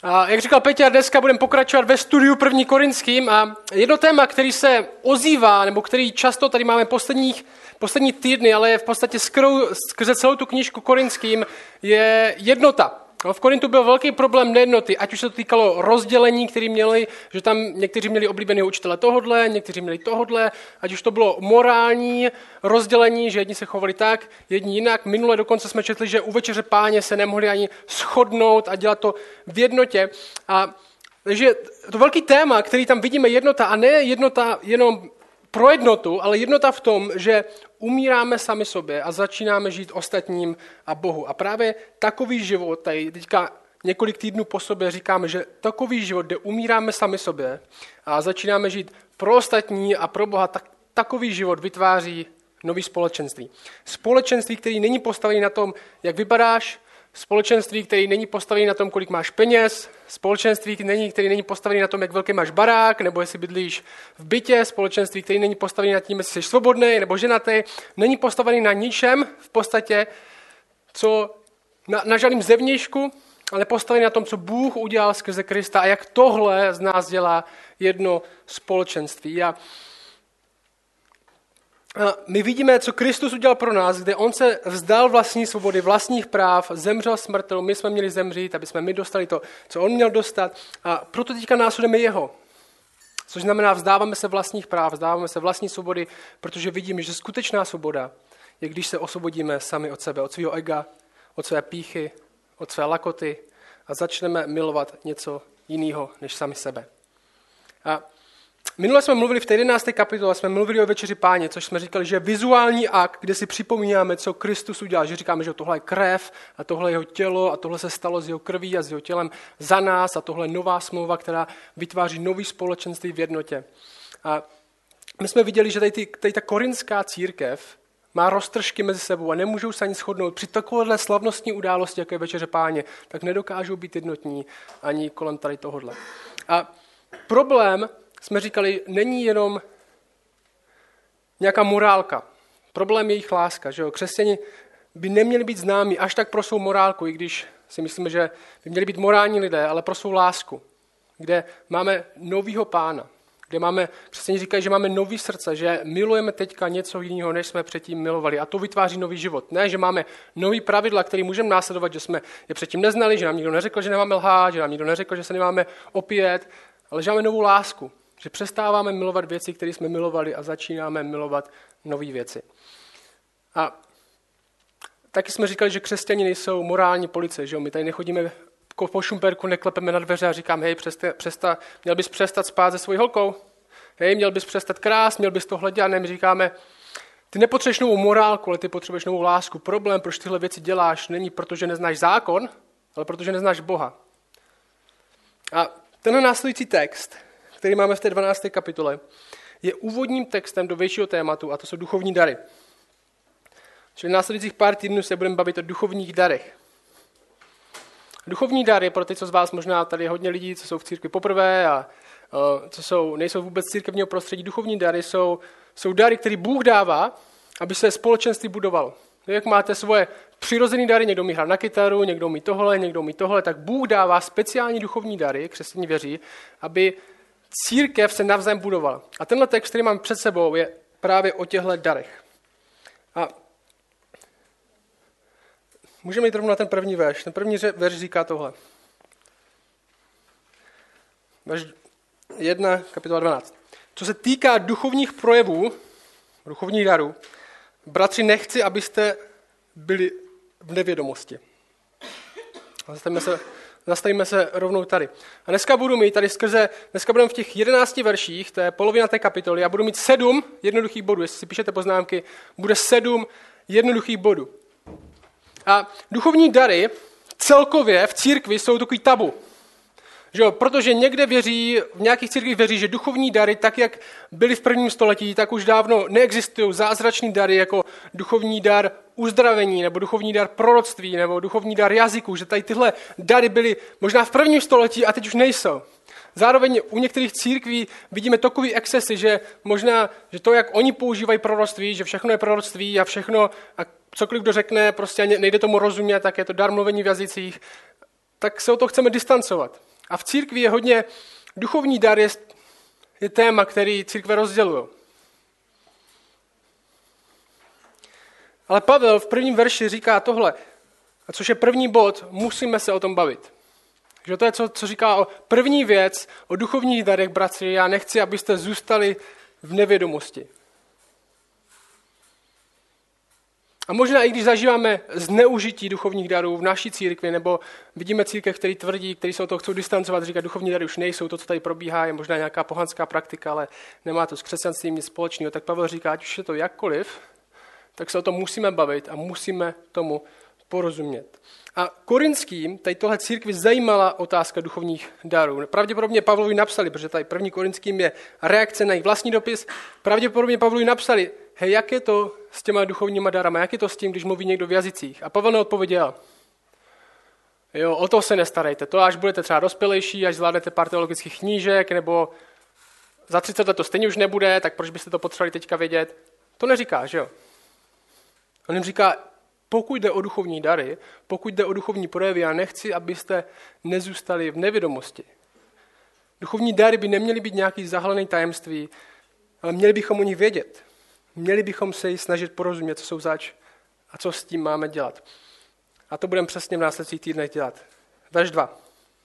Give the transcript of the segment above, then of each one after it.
A jak říkal Peťa, dneska budeme pokračovat ve studiu 1. Korinským a jedno téma, který se ozývá, nebo který často tady máme poslední týdny, ale je v podstatě skrze celou tu knížku Korinským, je jednota. V Korintu byl velký problém nejednoty, ať už se to týkalo rozdělení, který měli, že tam někteří měli oblíbeného učitele tohodle, někteří měli tohodle, ať už to bylo morální rozdělení, že jedni se chovali tak, jedni jinak. Minule dokonce jsme četli, že u Večeře Páně se nemohli ani shodnout a dělat to v jednotě. Takže to velký téma, který tam vidíme, jednota, a ne jednota jenom pro jednotu, ale jednota v tom, že umíráme sami sobě a začínáme žít ostatním a Bohu. A právě takový život, tady teďka několik týdnů po sobě říkáme, že takový život, kde umíráme sami sobě a začínáme žít pro ostatní a pro Boha, tak takový život vytváří nový společenství. Společenství, který není postavený na tom, jak vypadáš, společenství, který není postavený na tom, kolik máš peněz, společenství, který není postavený na tom, jak velký máš barák, nebo jestli bydlíš v bytě, společenství, který není postavený na tím, jestli jsi svobodný nebo ženatý, není postavený na ničem v podstatě, co na žádným zevnějšku, ale postavený na tom, co Bůh udělal skrze Krista a jak tohle z nás dělá jedno společenství. A my vidíme, co Kristus udělal pro nás, kde on se vzdal vlastní svobody, vlastních práv, zemřel smrtelou, my jsme měli zemřít, aby jsme my dostali to, co on měl dostat. A proto teďka následujeme jeho. Což znamená, vzdáváme se vlastních práv, vzdáváme se vlastní svobody, protože vidíme, že skutečná svoboda je, když se osvobodíme sami od sebe, od svého ega, od své pýchy, od své lakoty a začneme milovat něco jiného než sami sebe. A minule jsme mluvili v té 11. kapitole, jsme mluvili o Večeři Páně, což jsme říkali, že je vizuální akt, kde si připomínáme, co Kristus udělal, že říkáme, že tohle je krev a tohle je jeho tělo a tohle se stalo z jeho krví a z jeho tělem za nás a tohle je nová smlouva, která vytváří nový společenství v jednotě. A my jsme viděli, že tady ta korintská církev má roztržky mezi sebou a nemůžou se ani shodnout. Při takovéhle slavnostní události, jako je Večeře Páně, tak nedokážou být jednotní ani kolem tady tohodle. A problém, jsme říkali, není jenom nějaká morálka. Problém je jejich láska. Že jo? Křesťani by neměli být známí až tak pro svou morálku, i když si myslíme, že by měli být morální lidé, ale pro svou lásku, kde máme novýho Pána, kde křesťani říkají, že máme nový srdce, že milujeme teďka něco jiného, než jsme předtím milovali. A to vytváří nový život. Ne, že máme nový pravidla, který můžeme následovat, že jsme je předtím neznali, že nám nikdo neřekl, že nemáme lhát, že nám nikdo neřekl, že se nemáme opíjet, ale že máme novou lásku. Že přestáváme milovat věci, které jsme milovali a začínáme milovat nové věci. A taky jsme říkali, že křesťani nejsou morální policie, že jo? My tady nechodíme po šumperku, neklepeme na dveře a říkáme, hej, měl bys přestat spát se svojí holkou, hej, měl bys přestat krást, měl bys tohle dělat, ne, my říkáme, ty nepotřebuješ novou morálku, ale ty potřebuješ novou lásku. Problém, proč tyhle věci děláš, není proto, že neznáš zákon, ale protože neznáš Boha. A tenhle následující text, který máme v té 12. kapitole, je úvodním textem do většího tématu, a to jsou duchovní dary. Čili v následujících pár týdnů se budeme bavit o duchovních darech. Duchovní dary, pro ty, co z vás možná tady je hodně lidí, co jsou v církvi poprvé a nejsou vůbec z církevního prostředí, duchovní dary jsou dary, které Bůh dává, aby se společenství budovalo. Jak máte svoje přirozené dary, někdo umí hrát na kytaru, někdo umí tohle, tak Bůh dává speciální duchovní dary, křesťané věří, aby církev se navzájem budovala. A tenhle text, který mám před sebou, je právě o těchto darech. A můžeme jít rovnou na ten první verš. Ten první verš říká tohle. Verš 1, kapitola 12. Co se týká duchovních projevů, duchovních darů, bratři, nechci, abyste byli v nevědomosti. Zastavíme se rovnou tady. A dneska budeme v těch 11 verších, to je polovina té kapitoly, a budu mít 7 jednoduchých bodů. Jestli si píšete poznámky, bude 7 jednoduchých bodů. A duchovní dary celkově v církvi jsou takový tabu. Že jo? Protože někde v nějakých církvích věří, že duchovní dary, tak jak byly v 1. století, tak už dávno neexistují zázračný dary jako duchovní dar uzdravení, nebo duchovní dar proroctví, nebo duchovní dar jazyku, že tady tyhle dary byly možná v 1. století a teď už nejsou. Zároveň u některých církví vidíme takový excesy, že možná, že to, jak oni používají proroctví, že všechno je proroctví a všechno, a cokoliv kdo řekne, prostě nejde tomu rozumět, tak je to dar mluvení v jazycích, tak se o to chceme distancovat. A v církvi je hodně, duchovní dar je téma, který církve rozdělují. Ale Pavel v prvním verši říká tohle, a což je první bod, musíme se o tom bavit. Že to je, co říká o první věc, o duchovních darech, bratři, já nechci, abyste zůstali v nevědomosti. A možná i když zažíváme zneužití duchovních darů v naší církvi, nebo vidíme církev, který tvrdí, který se o to chcou distancovat, říká, duchovní dary už nejsou, to, co tady probíhá, je možná nějaká pohanská praktika, ale nemá to s křesťanstvím nic společného, tak Pavel říká, ať už je to jakkoliv, tak se o tom musíme bavit a musíme tomu porozumět. A Korinským, tady tohle církvi zajímala otázka duchovních darů. Pravděpodobně Pavlovi napsali, protože tady první Korinským je reakce na jejich vlastní dopis, pravděpodobně Pavlovi napsali, hej, jak je to s těma duchovníma darama, jak je to s tím, když mluví někdo v jazycích. A Pavel neodpověděl. Jo, o to se nestarejte, to až budete třeba dospělejší, až zvládnete pár teologických knížek, nebo za 30 let to stejně už nebude, tak proč byste to potřebovali teďka vědět? To neříká, že jo? On jim říká, pokud jde o duchovní dary, pokud jde o duchovní projevy, já nechci, abyste nezůstali v nevědomosti. Duchovní dary by neměly být nějaký zahalený tajemství, ale měli bychom o nich vědět. Měli bychom se jí snažit porozumět, co jsou zač a co s tím máme dělat. A to budeme přesně v následujících týdnech dělat. Verš 2.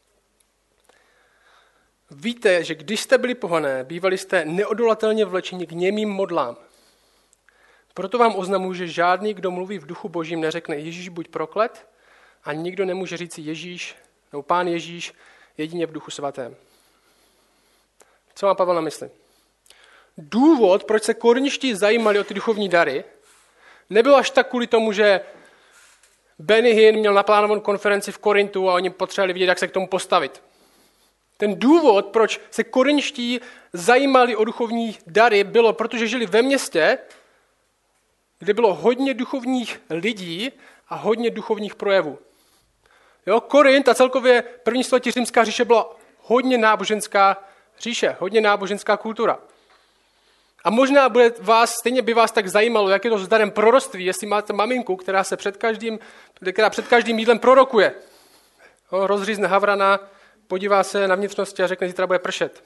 Víte, že když jste byli pohané, bývali jste neodolatelně vlečeni k němým modlám. Proto vám oznamuji, že žádný, kdo mluví v duchu božím, neřekne Ježíš buď proklet, a nikdo nemůže říci Ježíš nebo Pán Ježíš jedině v duchu svatém. Co má Pavel na mysli? Důvod, proč se korinští zajímali o ty duchovní dary, nebyl až tak kvůli tomu, že Benny Hinn měl naplánovanou konferenci v Korintu a oni potřebovali vidět, jak se k tomu postavit. Ten důvod, proč se korinští zajímali o duchovní dary, bylo, protože žili ve městě, kde bylo hodně duchovních lidí a hodně duchovních projevů. Jo, Korint a celkově první století římská říše byla hodně náboženská říše, hodně náboženská kultura. A možná stejně by vás tak zajímalo, jak je to s darem proroctví, jestli máte maminku, která před každým jídlem prorokuje. Jo, rozřízne havrana, podívá se na vnitřnosti a řekne, zítra bude pršet.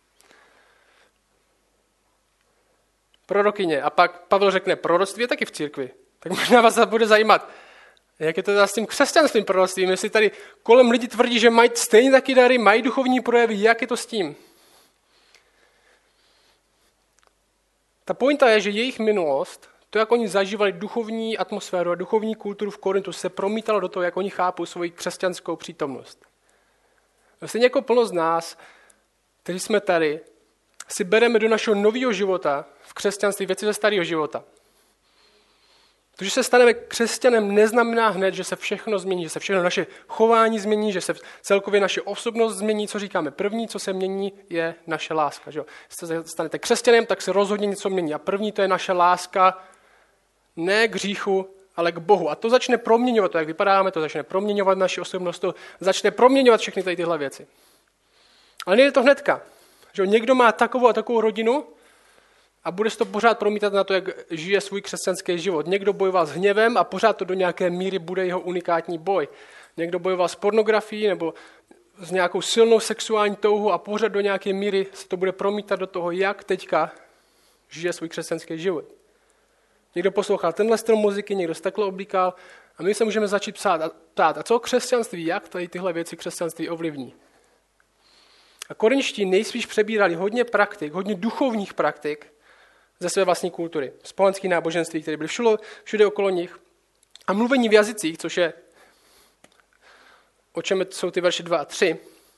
Prorokyně. A pak Pavel řekne, proroctví je taky v církvi. Tak možná vás bude zajímat, jak je to teda s tím křesťanským proroctvím, jestli tady kolem lidi tvrdí, že mají stejně taky dary, mají duchovní projevy, jak je to s tím. Ta pointa je, že jejich minulost, to, jak oni zažívali duchovní atmosféru a duchovní kulturu v Korintu, se promítalo do toho, jak oni chápou svoji křesťanskou přítomnost. Stejně jako plno z nás, kteří jsme tady, si bereme do našeho nového života v křesťanství věci ze starého života. To, že se staneme křesťanem, neznamená hned, že se všechno změní, že se všechno naše chování změní, že se celkově naše osobnost změní. Co říkáme? První, co se mění, je naše láska. Že? Když se stanete křesťanem, tak se rozhodně něco mění. A první to je naše láska ne k hříchu, ale k Bohu. A to začne proměňovat to, jak vypadáme, to začne proměňovat naši osobnost, to začne proměňovat všechny tady tyhle věci. Ale nejde to hnedka. Že někdo má takovou a takovou rodinu a bude se to pořád promítat na to, jak žije svůj křesťanský život. Někdo bojoval s hněvem a pořád to do nějaké míry bude jeho unikátní boj. Někdo bojoval s pornografií nebo s nějakou silnou sexuální touhou a pořád do nějaké míry se to bude promítat do toho, jak teďka žije svůj křesťanský život. Někdo poslouchal tenhle strom muziky, někdo se takhle oblíkal a my se můžeme začít ptát, a co křesťanství, jak tady tyhle věci křesťanství ovlivní. A korinští nejspíš přebírali hodně praktik, hodně duchovních praktik ze své vlastní kultury, z pohanských náboženství, které byly všude okolo nich. A mluvení v jazycích, což je, o čem jsou ty verše 2 a 3,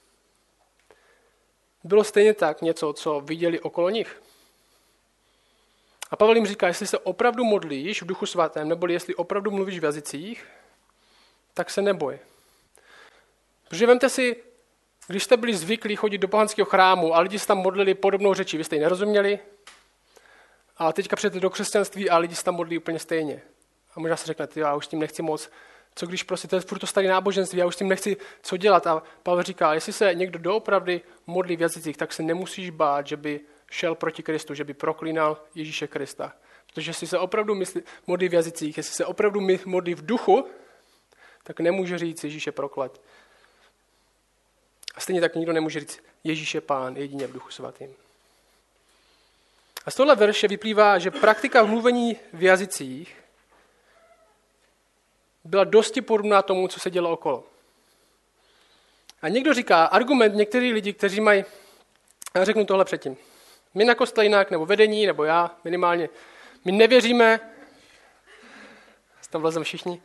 bylo stejně tak něco, co viděli okolo nich. A Pavel jim říká, jestli se opravdu modlíš v duchu svatém, nebo jestli opravdu mluvíš v jazycích, tak se neboj. Protože vemte si, když jste byli zvyklí chodit do pohanského chrámu a lidi se tam modlili podobnou řečí, vy jste ji nerozuměli, a teďka přijdete do křesťanství a lidi se tam modlí úplně stejně. A možná se řeknete, já už s tím nechci moc, co když prostě to je furt to staré náboženství, já už s tím nechci co dělat. A Pavel říká, jestli se někdo doopravdy modlí v jazycích, tak se nemusíš bát, že by šel proti Kristu, že by proklínal Ježíše Krista. Protože jestli se opravdu modlí v jazycích, jestli se opravdu modlí v duchu, tak nemůže říct Ježíše proklet. A Stejně tak nikdo nemůže říct, Ježíš je Pán jedině v Duchu Svatým. A z tohle verše vyplývá, že praktika mluvení v jazycích byla dosti podobná tomu, co se dělo okolo. A někdo říká, argument některých lidí, kteří mají, já řeknu tohle předtím, my na kostele jinak, nebo vedení, nebo já minimálně, my nevěříme, tam vlezeme všichni,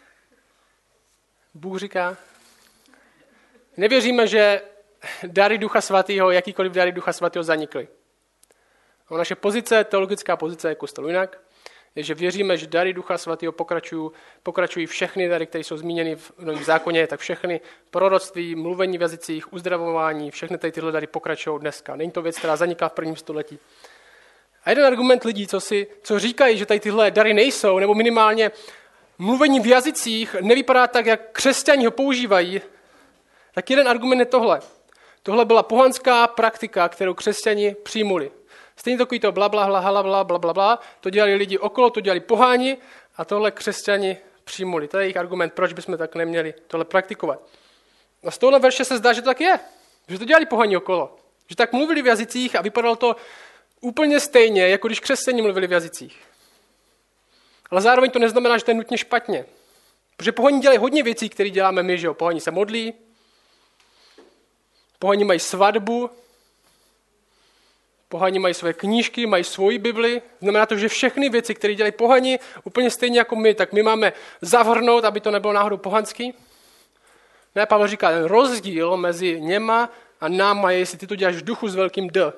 Bůh říká, nevěříme, že dary Ducha Svatého, jakýkoliv dary Ducha Svatého zanikly. A naše pozice, teologická pozice je kostelu jinak, je, že věříme, že dary Ducha Svatého pokračují všechny dary, které jsou zmíněny v Novém zákoně, tak všechny proroctví, mluvení v jazycích, uzdravování, všechny tyhle dary pokračují dneska. Není to věc, která zanikla v prvním století. A jeden argument lidí, co říkají, že tady tyhle dary nejsou, nebo minimálně mluvení v jazycích nevypadá tak, jak křesťani ho používají, tak jeden argument je tohle. Tohle byla pohanská praktika, kterou křesťani přijmuli. Stejně takový to blablabla, to dělali lidi okolo, to dělali poháni a tohle křesťani přijmuli. To je jejich argument, proč bychom tak neměli tohle praktikovat. A z tohle verše se zdá, že to tak je. Že to dělali poháni okolo. Že tak mluvili v jazycích a vypadalo to úplně stejně, jako když křesťani mluvili v jazycích. Ale zároveň to neznamená, že to je nutně špatně. Protože poháni dělají hodně věcí, které děláme my, že jo. Poháni se modlí, poháni mají svatbu, pohani mají své knížky, mají svoji Bibli. Znamená to, že všechny věci, které dělají pohani, úplně stejně jako my, tak my máme zavrhnout, aby to nebylo náhodou pohanský. Ne, Pavel říká, ten rozdíl mezi něma a náma je, jestli ty to děláš v duchu s velkým D.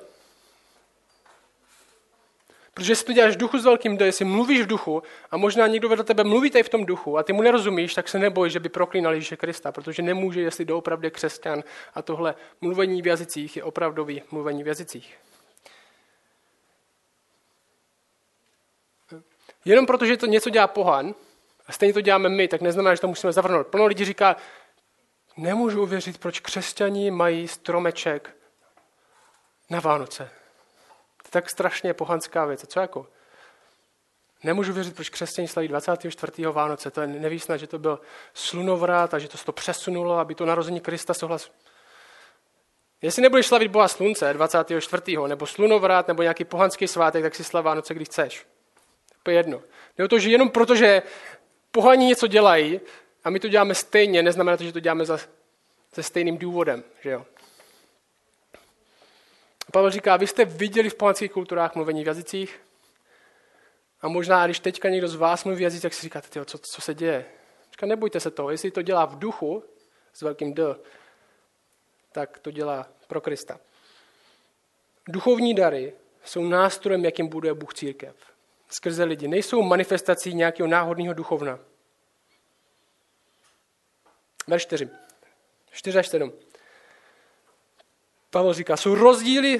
Protože jestli to děláš v duchu s velkým D, jestli mluvíš v duchu a možná někdo vedle tebe mluví tady v tom duchu a ty mu nerozumíš, tak se neboj, že by proklínal Ježíše Krista, protože nemůže, jestli doopravdy křesťan a tohle mluvení v jazycích je opravdový mluvení v jazycích. Jenom protože to něco dělá pohan, a stejně to děláme my, tak neznamená, že to musíme zavrhnout. Plno lidí říká, nemůžu uvěřit, proč křesťani mají stromeček na Vánoce. To je tak strašně pohanská věc. A co jako? Nemůžu věřit, proč křesťani slaví 24. Vánoce. To je nevísné, že to byl slunovrat a že to se to přesunulo, aby to narození Krista souhlasilo. Jestli nebudeš slavit Boha slunce 24. nebo slunovrat nebo nějaký pohanský svátek, tak si slav Vánoce, když chceš. To je jedno. Jde o to, že jenom protože pohani něco dělají a my to děláme stejně, neznamená to, že to děláme se stejným důvodem. Že jo? Pavel říká, vy jste viděli v pohanských kulturách mluvení v jazycích a možná, když teďka někdo z vás mluví v jazycích, tak si říkáte, tyjo, co se děje? Říká, nebojte se toho, jestli to dělá v duchu s velkým D, tak to dělá pro Krista. Duchovní dary jsou nástrojem, jakým buduje Bůh církev. Skrze lidi. Nejsou manifestací nějakého náhodného duchovna. Verš 4. 4 až 7. Pavel říká, jsou rozdíly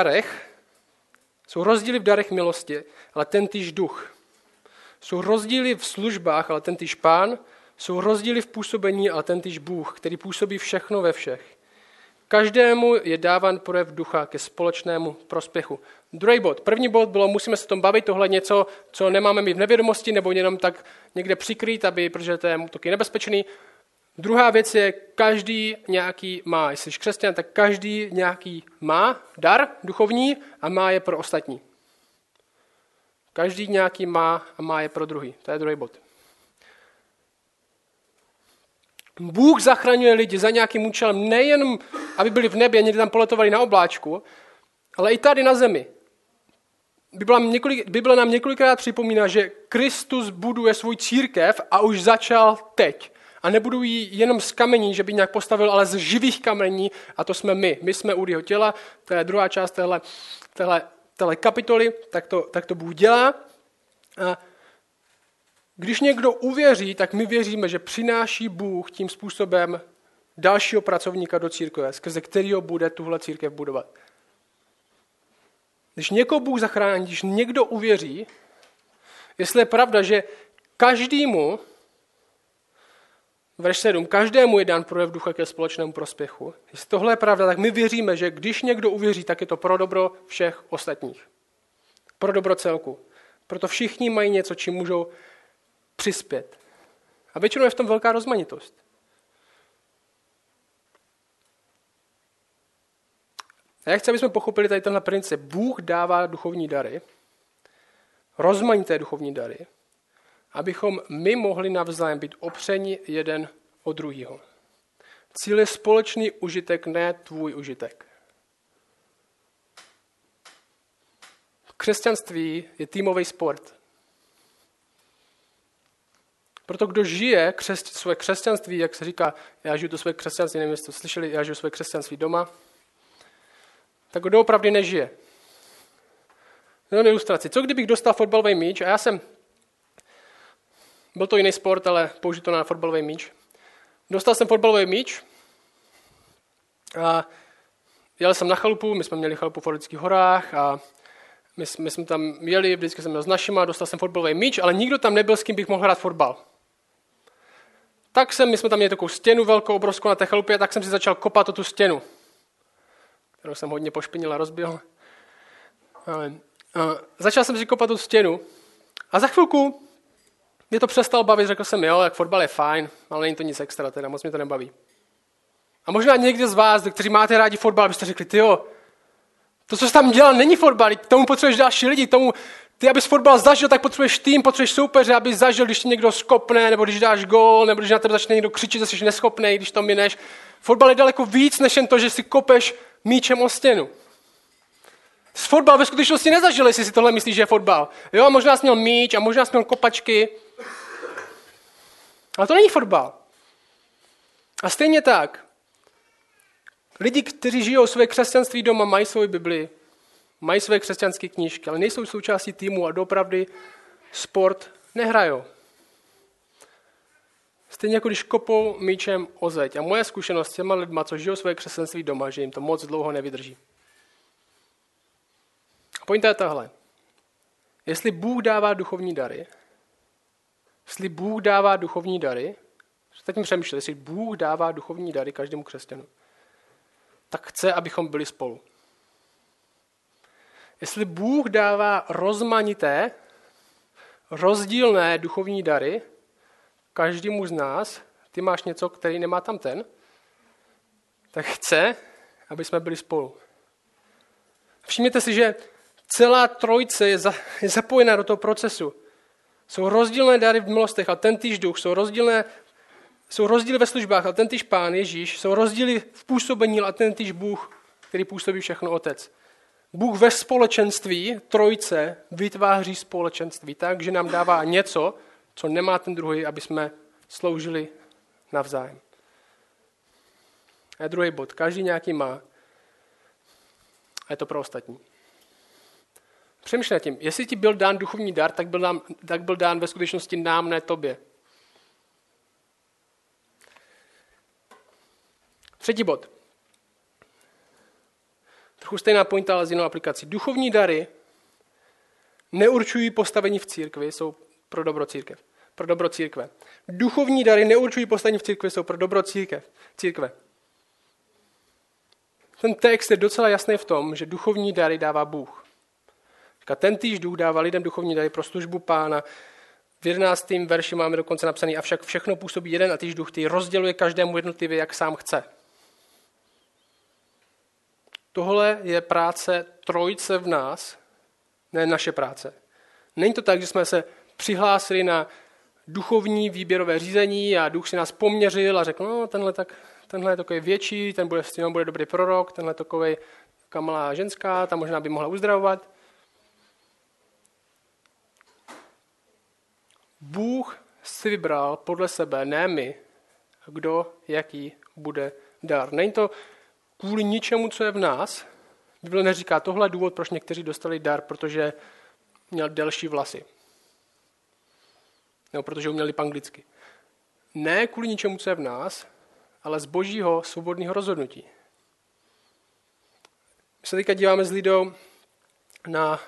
v darech milosti, ale tentýž duch. Jsou rozdíly v službách, ale tentýž Pán. Jsou rozdíly v působení, ale tentýž Bůh, který působí všechno ve všech. Každému je dáván projev ducha ke společnému prospěchu. Druhý bod. První bod bylo, musíme se o tom bavit, tohle něco, co nemáme mít v nevědomosti, nebo jenom tak někde přikrýt, protože to je taky nebezpečný. Druhá věc je, každý nějaký má. Jestli jsi křesťan, tak každý nějaký má dar duchovní a má je pro ostatní. Každý nějaký má a má je pro druhý. To je druhý bod. Bůh zachraňuje lidi za nějakým účelem, nejen aby byli v nebi a někdy tam poletovali na obláčku, ale i tady na zemi. Bible nám několikrát připomíná, že Kristus buduje svou církev a už začal teď. A nebudují jenom z kamení, že by nějak postavil, ale z živých kamení a to jsme my. My jsme úd jeho těla, to je druhá část téhle kapitoly, tak to Bůh dělá. A když někdo uvěří, tak my věříme, že přináší Bůh tím způsobem dalšího pracovníka do církve, skrze kterého bude tuhle církev budovat. Když někoho Bůh zachrání, když někdo uvěří, jestli je pravda, že každému, verš 7, každému je dán projev ducha ke společnému prospěchu. Jestli tohle je pravda, tak my věříme, že když někdo uvěří, tak je to pro dobro všech ostatních. Pro dobro celku. Proto všichni mají něco, čím můžou přispět. A většinou je v tom velká rozmanitost. A já chci, abychom pochopili tady tenhle princip. Bůh dává duchovní dary, rozmanité duchovní dary, abychom my mohli navzájem být opřeni jeden o druhýho. Cíl je společný užitek, ne tvůj užitek. Křesťanství je týmový sport. Proto kdo žije své křesťanství, jak se říká, já žiju to své křesťanství, nevím, jestli to slyšeli, já žiju své křesťanství doma, tak kdo opravdu nežije. Jenom ilustraci. Co kdybych dostal fotbalový míč a byl to jiný sport, ale použiju to na fotbalový míč. Dostal jsem fotbalový míč a jel jsem na chalupu, my jsme měli chalupu v Orlických horách a my jsme tam jeli, vždycky jsem měl s našima, dostal jsem fotbalový míč, ale nikdo tam nebyl, s kým bych mohl hrát fotbal. My jsme tam měli takovou stěnu velkou, obrovskou na té chalupě, tak jsem si začal kopat o tu stěnu, kterou jsem hodně pošpinil a rozbil. Začal jsem si kopat tu stěnu a za chvilku mě to přestalo bavit, řekl jsem, jo, jak fotbal je fajn, ale není to nic extra, teda moc mě to nebaví. A možná někdo z vás, kteří máte rádi fotbal, byste řekli, tyjo, to, co jsi tam dělal, není fotbal, k tomu potřebuješ další lidi, ty, abys fotbal zažil, tak potřebuješ tým, potřebuješ soupeře, abys zažil, když ti někdo skopne, nebo když dáš gól, nebo když na tebe začne někdo křičet, že jsi neschopnej, když to mineš. Fotbal je daleko víc, než jen to, že si kopeš míčem o stěnu. S fotbal ve skutečnosti nezažil, jestli si tohle myslíš, že je fotbal. Jo, možná jsi měl míč a možná jsi měl kopačky, ale to není fotbal. A stejně tak, lidi, kteří žijou své křesťanství doma, mají svou Bibli, mají své křesťanské knížky, ale nejsou součástí týmu a doopravdy sport nehrajou. Stejně jako když kopou míčem o zeď. A moje zkušenost s těma lidma, co žijou své křesťanství doma, že jim to moc dlouho nevydrží. A pointa je tahle. Jestli Bůh dává duchovní dary, teď mi přemýšlel, jestli Bůh dává duchovní dary každému křesťanu, tak chce, abychom byli spolu. Jestli Bůh dává rozmanité, rozdílné duchovní dary každému z nás, ty máš něco, který nemá tam ten, tak chce, aby jsme byli spolu. Všimněte si, že celá trojice je zapojená do toho procesu. Jsou rozdílné dary v milostech a tentýž duch, jsou rozdíly ve službách a tentýž Pán Ježíš, jsou rozdíly v působení a tentýž Bůh, který působí všechno Otec. Bůh ve společenství, trojice, vytváří společenství tak, že nám dává něco, co nemá ten druhý, aby jsme sloužili navzájem. A druhý bod. Každý nějaký má. A je to pro ostatní. Přemýšlej nad tím. Jestli ti byl dán duchovní dar, tak byl dán ve skutečnosti nám, ne tobě. Třetí bod. Trochu stejná pointa, ale z jinou aplikací. Duchovní dary neurčují postavení v církvi, jsou pro dobro církve. Duchovní dary neurčují postavení v církvi, jsou pro dobro církve. Ten text je docela jasný v tom, že duchovní dary dává Bůh. Tentýž duch dává lidem duchovní dary pro službu Pána. V 11. verši máme dokonce napsaný, avšak všechno působí jeden a týž duch, který rozděluje každému jednotlivě, jak sám chce. Tohle je práce trojice v nás, ne naše práce. Není to tak, že jsme se přihlásili na duchovní výběrové řízení a duch si nás poměřil a řekl, no tenhle je takový větší, ten bude dobrý prorok, tenhle je takový malá ženská, ta možná by mohla uzdravovat. Bůh si vybral podle sebe, ne my, kdo, jaký bude dar. Není to kvůli ničemu, co je v nás. Bible neříká, tohle je důvod, proč někteří dostali dar, protože měl delší vlasy. Nebo protože uměl líp anglicky. Ne kvůli ničemu, co je v nás, ale z božího svobodného rozhodnutí. My se teďka díváme s Lidou na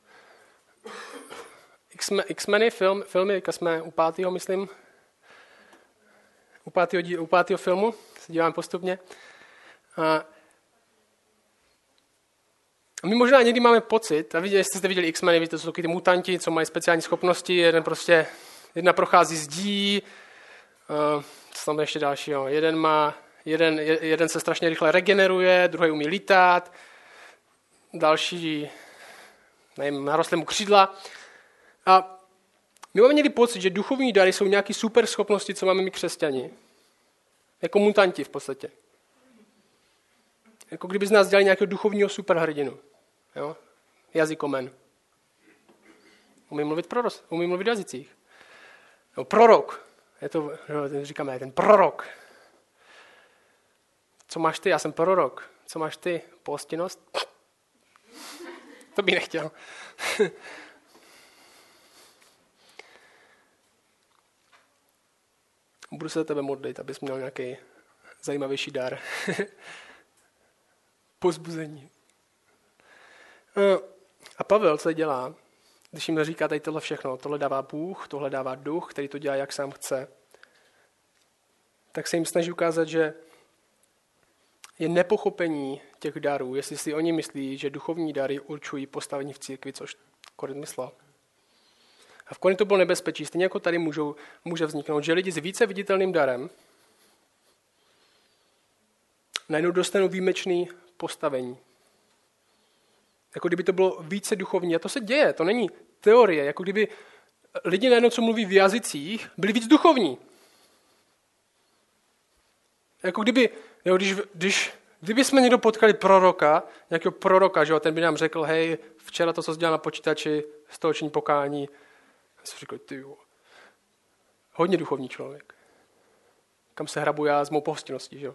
X-meny filmy, teďka jsme u 5. myslím. U 5. filmu se díváme postupně. A my možná někdy máme pocit, a jestli jste viděli X-meny, víte, to jsou ty mutanti, co mají speciální schopnosti, jedna prochází zdí, co tam ještě dalšího, jeden se strašně rychle regeneruje, druhý umí lítat, další, nevím, narostly mu křídla. A my máme někdy pocit, že duchovní dary jsou nějaké super schopnosti, co máme my křesťani. Jako mutanti v podstatě. Jako kdyby z nás dělali nějakého duchovního superhrdinu. Jo? Jazykomen. Umím mluvit v jazycích. No, prorok. Je to, říkáme, ten prorok. Co máš ty? Já jsem prorok. Co máš ty? Pohostinnost? To bych nechtěl. Budu se za tebe modlit, abys měl nějaký zajímavější dar. Pozbuzení. A Pavel co dělá? Když jim říká tady tohle všechno, tohle dává Bůh, tohle dává Duch, který to dělá, jak sám chce, tak se jim snaží ukázat, že je nepochopení těch darů, jestli si oni myslí, že duchovní dary určují postavení v církvi, což Korint myslel. A v Korintu bylo nebezpečí, stejně jako tady může vzniknout, že lidi s více viditelným darem najednou dostanou výjimečné postavení. Jako kdyby to bylo více duchovní. A to se děje, to není teorie. Jako kdyby lidi najednou, co mluví v jazycích, byli víc duchovní. Jako kdyby, jo, kdyby jsme někdo potkali proroka, nějakého proroka, že jo, ten by nám řekl, hej, včera to, co jsi dělal na počítači, z toho činí pokání. Já jsem říkal, ty jo, hodně duchovní člověk. Kam se hrabu já s mou pohostinností, že jo.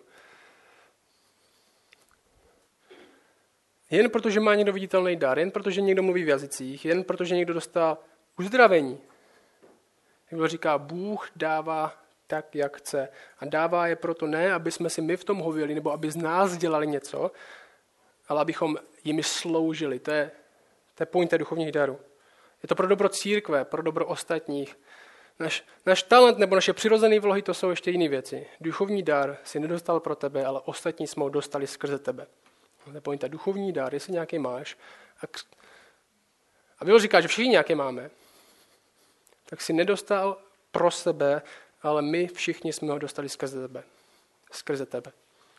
Jen protože má někdo viditelný dar, jen protože někdo mluví v jazycích, jen protože někdo dostal uzdravení. Jak říká, Bůh dává tak, jak chce. A dává je proto ne, aby jsme si my v tom hověli, nebo aby z nás dělali něco, ale abychom jimi sloužili. To je pointa duchovních darů. Je to pro dobro církve, pro dobro ostatních. Náš talent nebo naše přirozené vlohy, to jsou ještě jiné věci. Duchovní dar si nedostal pro tebe, ale ostatní jsme ho dostali skrze tebe. To je pointa duchovní dar, jestli nějaký máš. A Bible říká, že všichni nějaké máme. Tak si nedostal pro sebe, ale my všichni jsme ho dostali skrze tebe.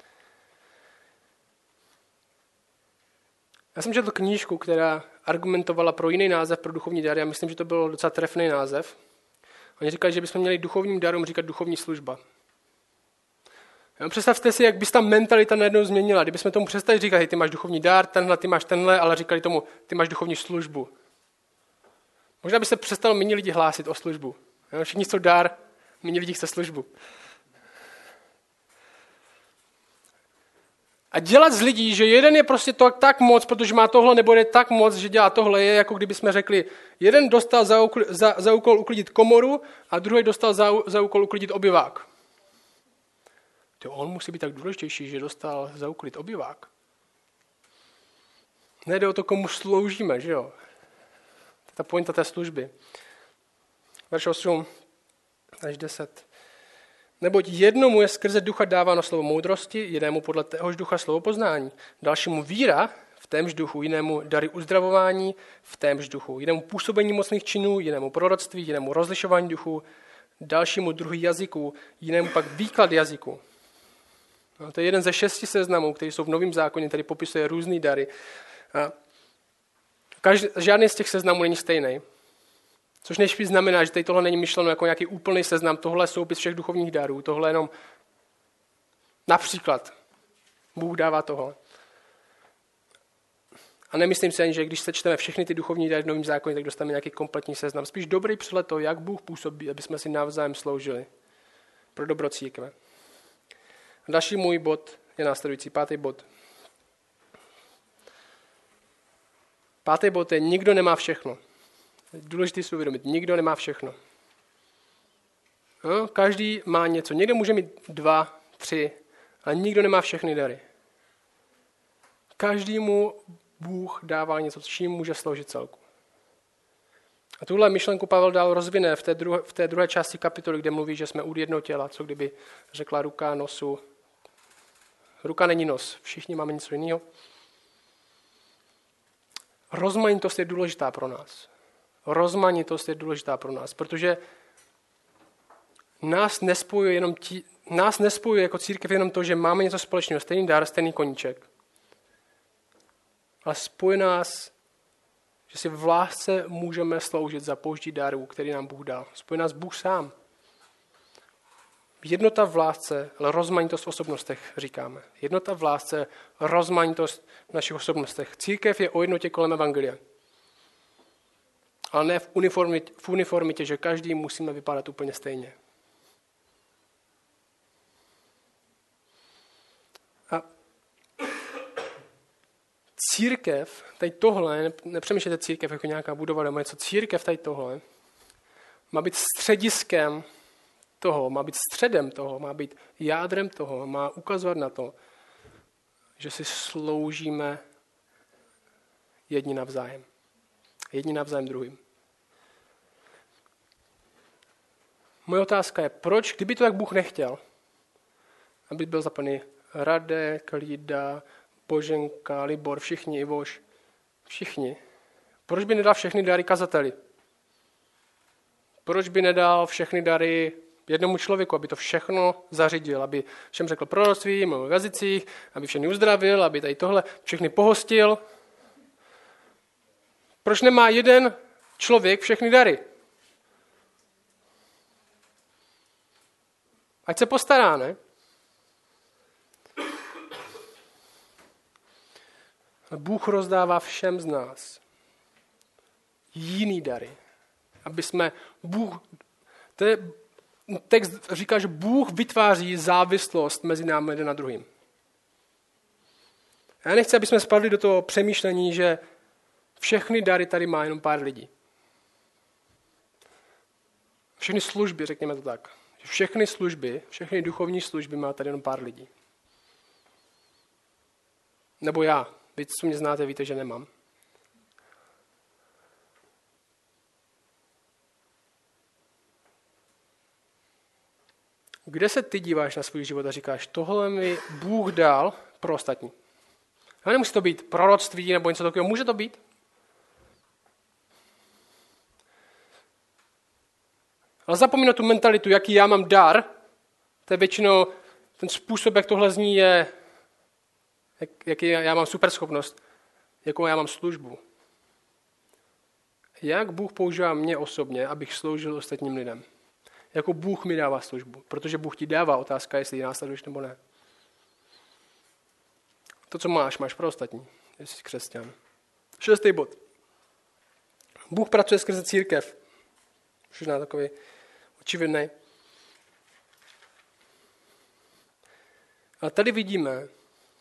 Já jsem četl knížku, která argumentovala pro jiný název pro duchovní dary. Já myslím, že to byl docela trefný název. Oni říkali, že bychom měli duchovním darům říkat duchovní služba. Představte si, jak by se ta mentalita najednou změnila. Kdybychom tomu přestali říkat, hej, ty máš duchovní dár, ty máš tenhle, ale říkali tomu, ty máš duchovní službu. Možná by se přestalo méně lidi hlásit o službu. Všichni jsou dár, méně lidí chce službu. A dělat z lidí, že jeden je prostě to tak moc, protože má tohle, nebo je tak moc, že dělá tohle, je jako kdyby jsme řekli, jeden dostal za úkol uklidit komoru a druhý dostal za úkol uklidit obyvák. To on musí být tak důležitější, že dostal za úklid obyvák. Nejde o to, komu sloužíme, že jo? To je ta pointa té služby. Verš 8 až 10. Neboť jednomu je skrze ducha dáváno slovo moudrosti, jinému podle téhož ducha slovo poznání, dalšímu víra v témž duchu, jinému dary uzdravování v témž duchu, jinému působení mocných činů, jinému proroctví, jinému rozlišování duchu, dalšímu druhý jazyků, jinému pak výklad jazyků. No, to je jeden ze 6 seznamů, které jsou v Novém zákoně, který popisuje různé dary. A žádný z těch seznamů není stejný. Což nejspíš znamená, že tady tohle není myšleno jako nějaký úplný seznam, tohle je soupis všech duchovních darů, tohle jenom například Bůh dává toho. A nemyslím si ani, že když sečteme všechny ty duchovní dary v Novém zákoně, tak dostaneme nějaký kompletní seznam. Spíš dobrý přehled toho, jak Bůh působí, aby jsme si navzájem sloužili pro dobro církve. A další můj bod je následující, 5. bod. 5. bod je, nikdo nemá všechno. Je důležité si uvědomit, nikdo nemá všechno. No, každý má něco. Někdo může mít 2, 3, ale nikdo nemá všechny dary. Každému Bůh dává něco, čím může sloužit celku. A tuhle myšlenku Pavel dál rozvine v té druhé části kapitoly, kde mluví, že jsme úd jednoho těla, co kdyby řekla ruka nosu. Ruka není nos, všichni máme něco jiného. Rozmanitost je důležitá pro nás. Rozmanitost je důležitá pro nás, protože nás nespojuje jako církev jenom to, že máme něco společného, stejný dar, stejný koníček. ale spojí nás, že si v lásce můžeme sloužit za použití darů, který nám Bůh dal. Spojí nás Bůh sám. Jednota v lásce, ale rozmanitost v osobnostech, říkáme. Jednota v lásce, rozmanitost v našich osobnostech. Církev je o jednotě kolem evangelia. Ale ne v uniformitě, že každý musíme vypadat úplně stejně. A církev, tady tohle, nepřemýšlejte církev jako nějaká budova nebo něco, církev tady tohle má být střediskem toho, má být středem toho, má být jádrem toho, má ukazovat na to, že si sloužíme jedni navzájem. Jedni navzájem druhým. Moje otázka je, proč, kdyby to tak Bůh nechtěl, aby byl zaplný Radek, Lída, Boženka, Libor, všichni, Ivoš, všichni. Proč by nedal všechny dary kazateli? Proč by nedal všechny dary jednomu člověku, aby to všechno zařídil, aby všem řekl proroctví, mluvil v jazycích, aby všechny uzdravil, aby tady tohle všechny pohostil? Proč nemá jeden člověk všechny dary? Ať se postará, ne? Bůh rozdává všem z nás jiný dary. Aby jsme text říká, že Bůh vytváří závislost mezi námi jeden na druhým. Já nechci, aby jsme spadli do toho přemýšlení, že všechny dary tady má jenom pár lidí. Všechny služby, řekněme to tak. Všechny služby, všechny duchovní služby má tady jenom pár lidí. Nebo já. Vy, co mě znáte, víte, že nemám. Kde se ty díváš na svůj život a říkáš, tohle mi Bůh dal pro ostatní? A nemusí to být proroctví nebo něco takového. Může to být? Ale zapomíná tu mentalitu, jaký já mám dar. To je většinou ten způsob, jak tohle zní, je, jaký já mám superschopnost, jakou já mám službu. Jak Bůh používá mě osobně, abych sloužil ostatním lidem? Jako Bůh mi dává službu. Protože Bůh ti dává, otázka, jestli ji následuješ nebo ne. To, co máš pro ostatní, jestli jsi křesťan. 6. bod. Bůh pracuje skrze církev. Možná takový očividný. A tady vidíme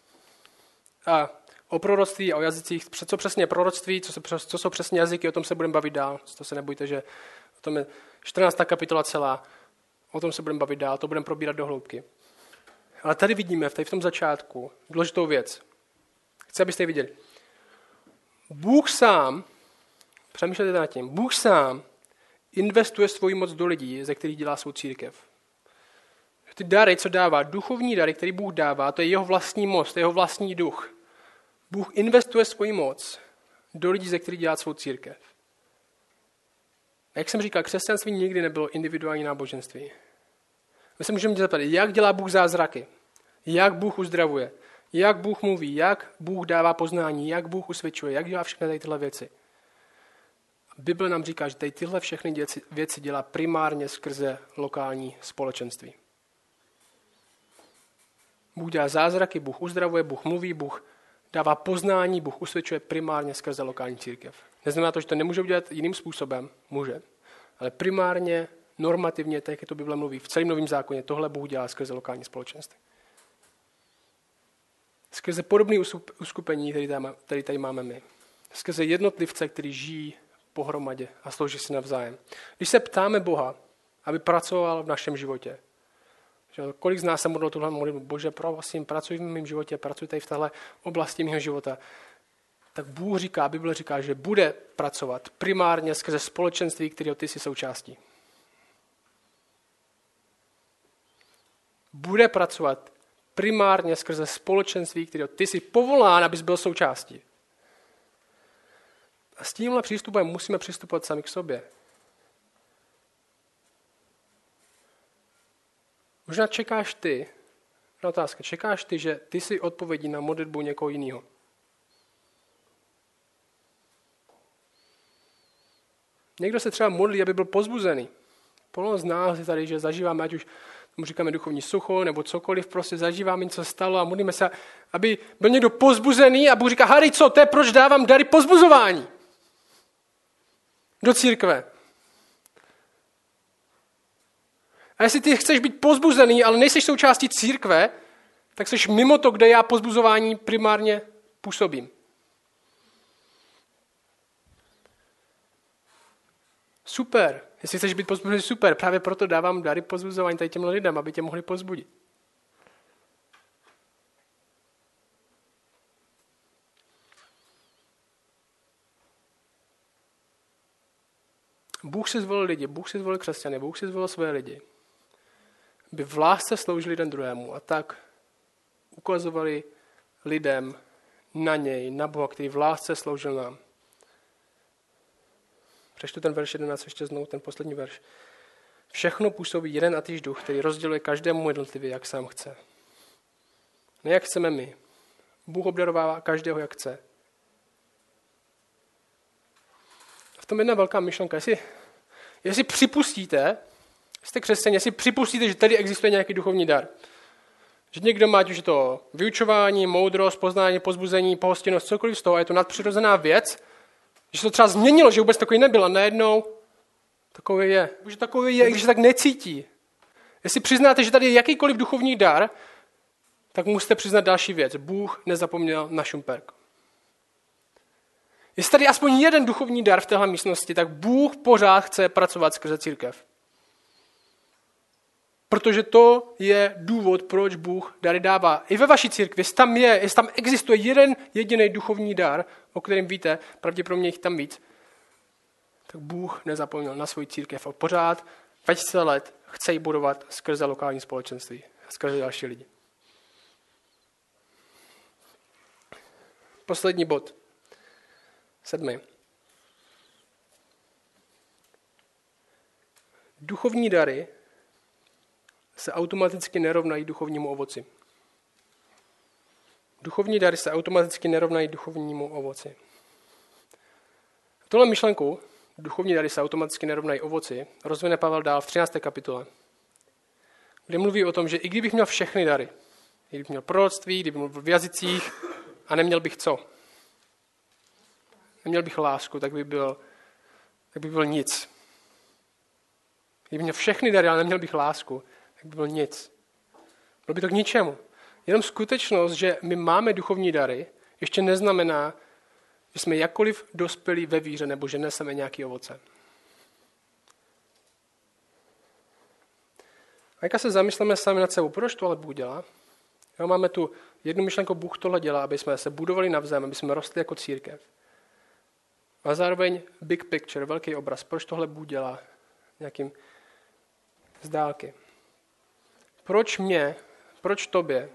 o proroctví a o jazycích, co přesně je proroctví, co jsou přesně jazyky, o tom se budeme bavit dál. To se nebojte, že o tom je 14. kapitola celá. O tom se budeme bavit dál, to budeme probírat do hloubky. Ale tady vidíme, v tom začátku, důležitou věc. Chci, abyste ji viděli. Bůh sám, přemýšlejte nad tím, Bůh sám investuje svoji moc do lidí, ze kterých dělá svou církev. Ty dary, co dává, duchovní dary, který Bůh dává, to je jeho vlastní moc, to je jeho vlastní duch. Bůh investuje svoji moc do lidí, ze kterých dělá svou církev. A jak jsem říkal, křesťanství nikdy nebylo individuální náboženství. My se můžeme zeptat, jak dělá Bůh zázraky, jak Bůh uzdravuje, jak Bůh mluví, jak Bůh dává poznání, jak Bůh usvědčuje, jak dělá všechny tady tyhle věci. Bible nám říká, že tady tyhle všechny věci dělá primárně skrze lokální společenství. Bůh dělá zázraky, Bůh uzdravuje, Bůh mluví, Bůh dává poznání, Bůh usvědčuje primárně skrze lokální církev. Neznamená to, že to nemůže udělat jiným způsobem, může. Ale primárně, normativně, tak jak to Bible mluví, v celém Novém zákoně, tohle Bůh dělá skrze lokální společenství. Skrze podobné uskupení, které tady máme my. Skrze jednotlivce, kteří žijí pohromadě a slouží si navzájem. Když se ptáme Boha, aby pracoval v našem životě, že kolik z nás se modlil tuhle modlitbu, Bože, prosím, pracuj v mém životě, pracuj tady v téhle oblasti mého života, tak Bůh říká, Bible říká, že bude pracovat primárně skrze společenství, kterého ty jsi součástí. Bude pracovat primárně skrze společenství, kterého ty jsi povolán, abys byl součástí. A s tímhle přístupem musíme přistupovat sami k sobě. Možná čekáš ty, otázka, čekáš ty, že ty jsi odpovědí na modlitbu někoho jiného. Někdo se třeba modlí, aby byl pozbuzený. Plno z nás je tady, že zažíváme, ať už tomu říkáme duchovní sucho, nebo cokoliv, prostě zažíváme, něco stalo a modlíme se, aby byl někdo pozbuzený a Bůh říká, Harry, co to je, proč dávám dary pozbuzování do církve? A jestli ty chceš být pozbuzený, ale nejsi součástí církve, tak jsi mimo to, kde já pozbuzování primárně působím. Super. Jestli chceš být pozbuzený, super. Právě proto dávám dary pozbuzování tady těm lidem, aby tě mohli pozbudit. Bůh si zvolil lidi, Bůh si zvolil křesťany, Bůh si zvolil své lidi. By v lásce sloužili jeden druhému a tak ukazovali lidem na něj, na Boha, který v lásce sloužil nám. Přečtu ten verš 11 ještě znovu, ten poslední verš. Všechno působí jeden a týž duch, který rozděluje každému jednotlivě, jak sám chce. Ne jak chceme my. Bůh obdarovává každého, jak chce. V tom jedna velká myšlenka. Jestli připustíte, jste křesťané, jestli připustíte, že tady existuje nějaký duchovní dar. Že někdo má, ať už je to vyučování, moudrost, poznání, pozbuzení, pohostinnost, cokoliv z toho, a je to nadpřirozená věc, že se to třeba změnilo, že vůbec takový nebyl a najednou takový je. Že takový je, i když se tak necítí. Jestli přiznáte, že tady je jakýkoliv duchovní dar, tak musíte přiznat další věc. Bůh nezapomněl na Šumperk. Jestli tady aspoň jeden duchovní dar v téhle místnosti, tak Bůh pořád chce pracovat skrze církev. Protože to je důvod, proč Bůh dary dává. I ve vaší církvi, jestli tam existuje jeden jediný duchovní dar, o kterém víte, pravděpodobně jich tam víc, tak Bůh nezapomněl na svou církev a pořád 20 let chce ji budovat skrze lokální společenství a skrze další lidi. Poslední bod. 7. Duchovní dary se automaticky nerovnají duchovnímu ovoci. Duchovní dary se automaticky nerovnají duchovnímu ovoci. Tohle myšlenku, duchovní dary se automaticky nerovnají ovoci, rozvine Pavel dál v 13. kapitole, kde mluví o tom, že i kdybych měl všechny dary, kdybych měl proroctví, kdybych mluvil v jazycích a neměl bych co? Neměl bych lásku, tak by byl nic. Kdybych měl všechny dary, ale neměl bych lásku, tak by byl nic. Bylo by to k ničemu. Jenom skutečnost, že my máme duchovní dary, ještě neznamená, že jsme jakkoliv dospělí ve víře nebo že neseme nějaký ovoce. A jak se zamysleme sami nad sebou, proč to ale Bůh dělá? Máme tu jednu myšlenku, Bůh tohle dělá, aby jsme se budovali navzájem, aby jsme rostli jako církev. A zároveň big picture, velký obraz, proč tohle Bůh dělá nějakým z dálky. Proč tobě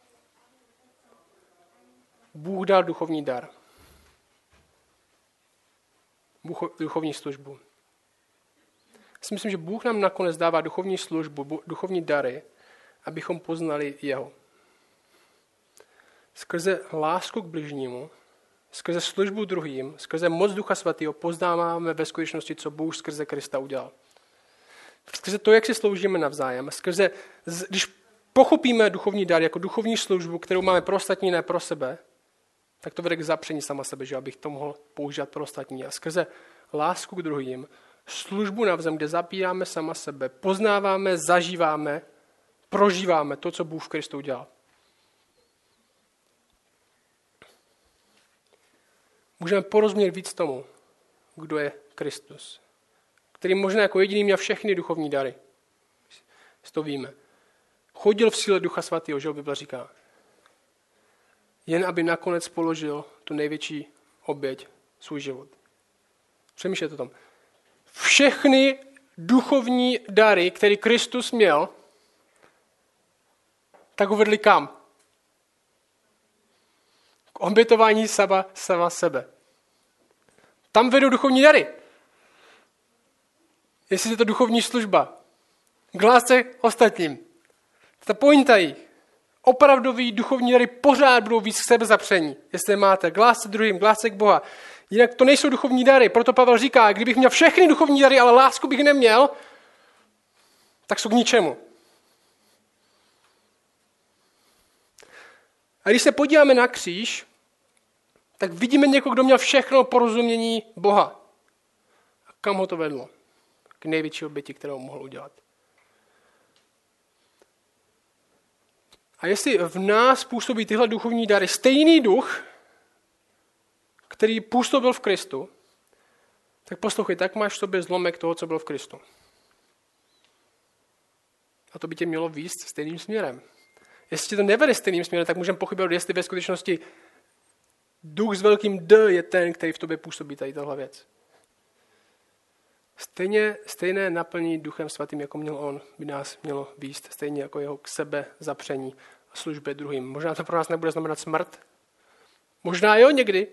Bůh dal duchovní dar? Duchovní službu. Já si myslím, že Bůh nám nakonec dává duchovní službu, duchovní dary, abychom poznali jeho. Skrze lásku k bližnímu, skrze službu druhým, skrze moc Ducha Svatého poznáváme ve skutečnosti, co Bůh skrze Krista udělal. Skrze to, jak si sloužíme navzájem, když pochopíme duchovní dar jako duchovní službu, kterou máme pro ostatní, ne pro sebe, tak to vede k zapření sama sebe, že abych to mohl používat pro ostatní. A skrze lásku k druhým, službu navzájem, kde zapíráme sama sebe, poznáváme, zažíváme, prožíváme to, co Bůh v Kristu udělal. Můžeme porozumět víc tomu, kdo je Kristus, který možná jako jediný měl všechny duchovní dary. To víme. Chodil v síle Ducha Svatého, že Bible říká. Jen aby nakonec položil tu největší oběť, svůj život. Přemýšlejte o tom. Všechny duchovní dary, které Kristus měl, tak ho vedli kam? K obětování sama sebe. Tam vedou duchovní dary. Jestli je to duchovní služba. K lásce ostatním. Ta pointa jich. Opravdový duchovní dary pořád budou víc k sebe zapření. Jestli máte k lásce druhým, k lásce k Boha. Jinak to nejsou duchovní dary. Proto Pavel říká, kdybych měl všechny duchovní dary, ale lásku bych neměl, tak jsou k ničemu. A když se podíváme na kříž, tak vidíme někoho, kdo měl všechno porozumění Boha. A kam ho to vedlo? K největší oběti, kterou mohl udělat. A jestli v nás působí tyhle duchovní dary stejný duch, který působil v Kristu, tak poslouchej, tak máš v sobě zlomek toho, co bylo v Kristu. A to by tě mělo vést stejným směrem. Jestli tě to nevede stejným směrem, tak můžeme pochybovat, jestli ve skutečnosti duch s velkým D je ten, který v tobě působí tady tahle věc. Stejné naplnění Duchem Svatým, jako měl on, by nás mělo vést, stejně jako jeho k sebe zapření a službě druhým. Možná to pro nás nebude znamenat smrt. Možná jo někdy.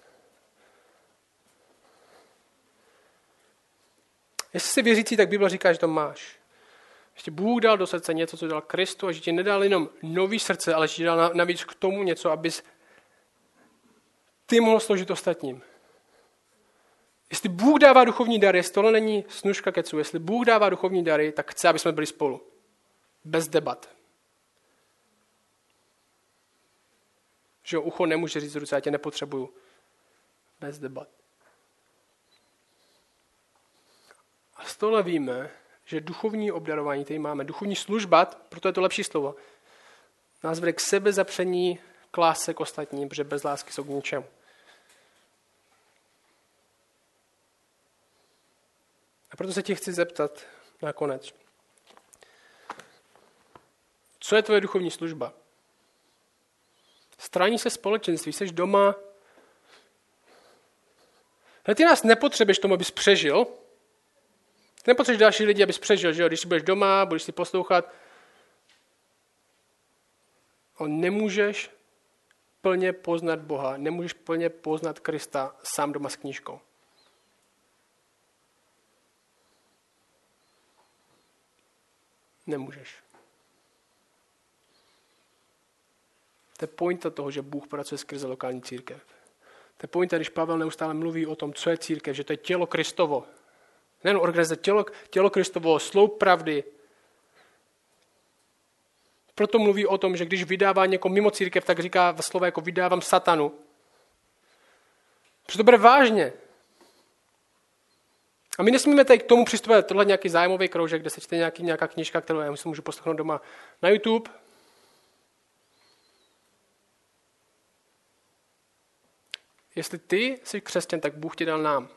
Jestli jsi věřící, tak Bible říká, že to máš. Že ti Bůh dal do srdce něco, co dal Kristu a že ti nedal jenom nový srdce, ale že ti dal navíc k tomu něco, abys ty mohl sloužit ostatním. Jestli Bůh dává duchovní dary, jestli tohle není snužka kecu, jestli Bůh dává duchovní dary, tak chce, aby jsme byli spolu. Bez debat. Že ucho nemůže říct z ruce, já tě nepotřebuju. Bez debat. A z tohle víme, že duchovní obdarování, který máme, duchovní služba, proto je to lepší slovo, nás vede k sebezapření, k lásce k ostatním, protože bez lásky jsou k ničemu. A proto se tě chci zeptat nakonec. Co je tvoje duchovní služba? Straní se společenství, jsi doma. Ale ty nás nepotřebuješ tomu, abys přežil. Ty nepotřebuješ další lidi, abys přežil, že jo? Když si budeš doma, budeš si poslouchat. Ale nemůžeš plně poznat Boha, nemůžeš plně poznat Krista sám doma s knížkou. Nemůžeš. To je pointa toho, že Bůh pracuje skrze lokální církev. To je pointa, když Pavel neustále mluví o tom, co je církev, že to je tělo Kristovo. Nejen organizace, tělo Kristovo, sloup pravdy. Proto mluví o tom, že když vydává někoho mimo církev, tak říká v slovo jako vydávám satanu. Protože to bude vážně. A my nesmíme tady k tomu přistupovat, tohle nějaký zájmový kroužek, kde se čte nějaká knížka, kterou já si můžu poslechnout doma na YouTube. Jestli ty jsi křesťan, tak Bůh tě dal nám.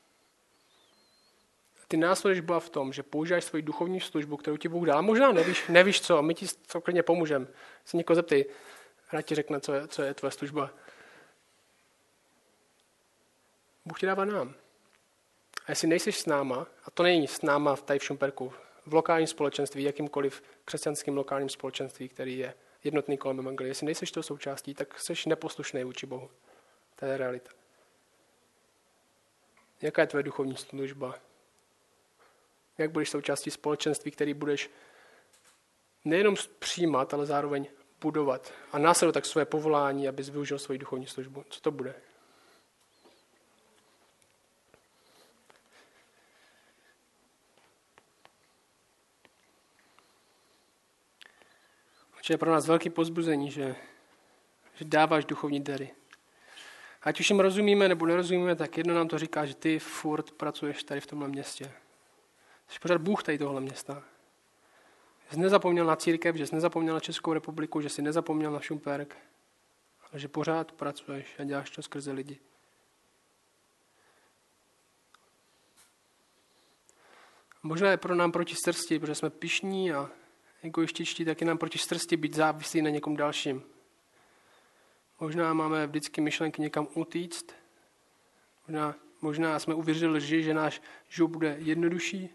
Ty následuješ Boha v tom, že používáš svoji duchovní službu, kterou ti Bůh dal. A možná nevíš co, a my ti to klidně pomůžeme. Se někoho zeptej, rád ti řekne, co je tvoje služba. Bůh tě dává nám. A jestli nejsi s náma, a to není s náma tady v Šumperku, v lokálním společenství, jakýmkoliv křesťanským lokálním společenství, který je jednotný kolem evangelia, jestli nejsi toho součástí, tak jsi neposlušný vůči Bohu. To je realita. Jaká je tvoje duchovní služba? Jak budeš součástí společenství, který budeš nejenom přijímat, ale zároveň budovat a následovat tak své povolání, abys využil svoji duchovní službu? Co to bude? Je pro nás velké povzbuzení, že dáváš duchovní dary. Ať už jim rozumíme nebo nerozumíme, tak jedno nám to říká, že ty furt pracuješ tady v tomhle městě. Jsi pořád Bůh tady tohle města. Že jsi nezapomněl na církev, že jsi nezapomněl na Českou republiku, že jsi nezapomněl na Šumperk, ale že pořád pracuješ a děláš to skrze lidi. Možná je pro nám proti srsti, protože jsme pyšní a egoističtí, tak je nám proti srsti být závislí na někom dalším. Možná máme vždycky myšlenky někam utíct. Možná jsme uvěřili lži, že náš život bude jednodušší.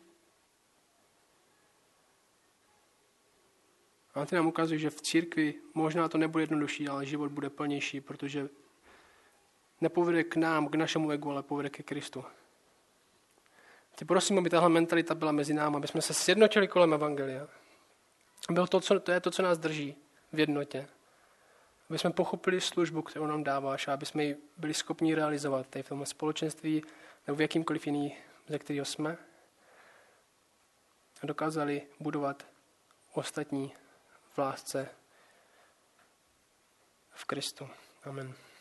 A ty nám ukazují, že v církvi možná to nebude jednodušší, ale život bude plnější, protože nepovede k nám, k našemu egu, ale povede ke Kristu. Tě prosím, aby tahle mentalita byla mezi námi, aby jsme se sjednotili kolem evangelia. To je to, co nás drží v jednotě. aby jsme pochopili službu, kterou nám dáváš a aby jsme ji byli schopni realizovat tady v tomhle společenství nebo v jakýmkoliv jiný, ze kterého jsme. A dokázali budovat ostatní v lásce v Kristu. Amen.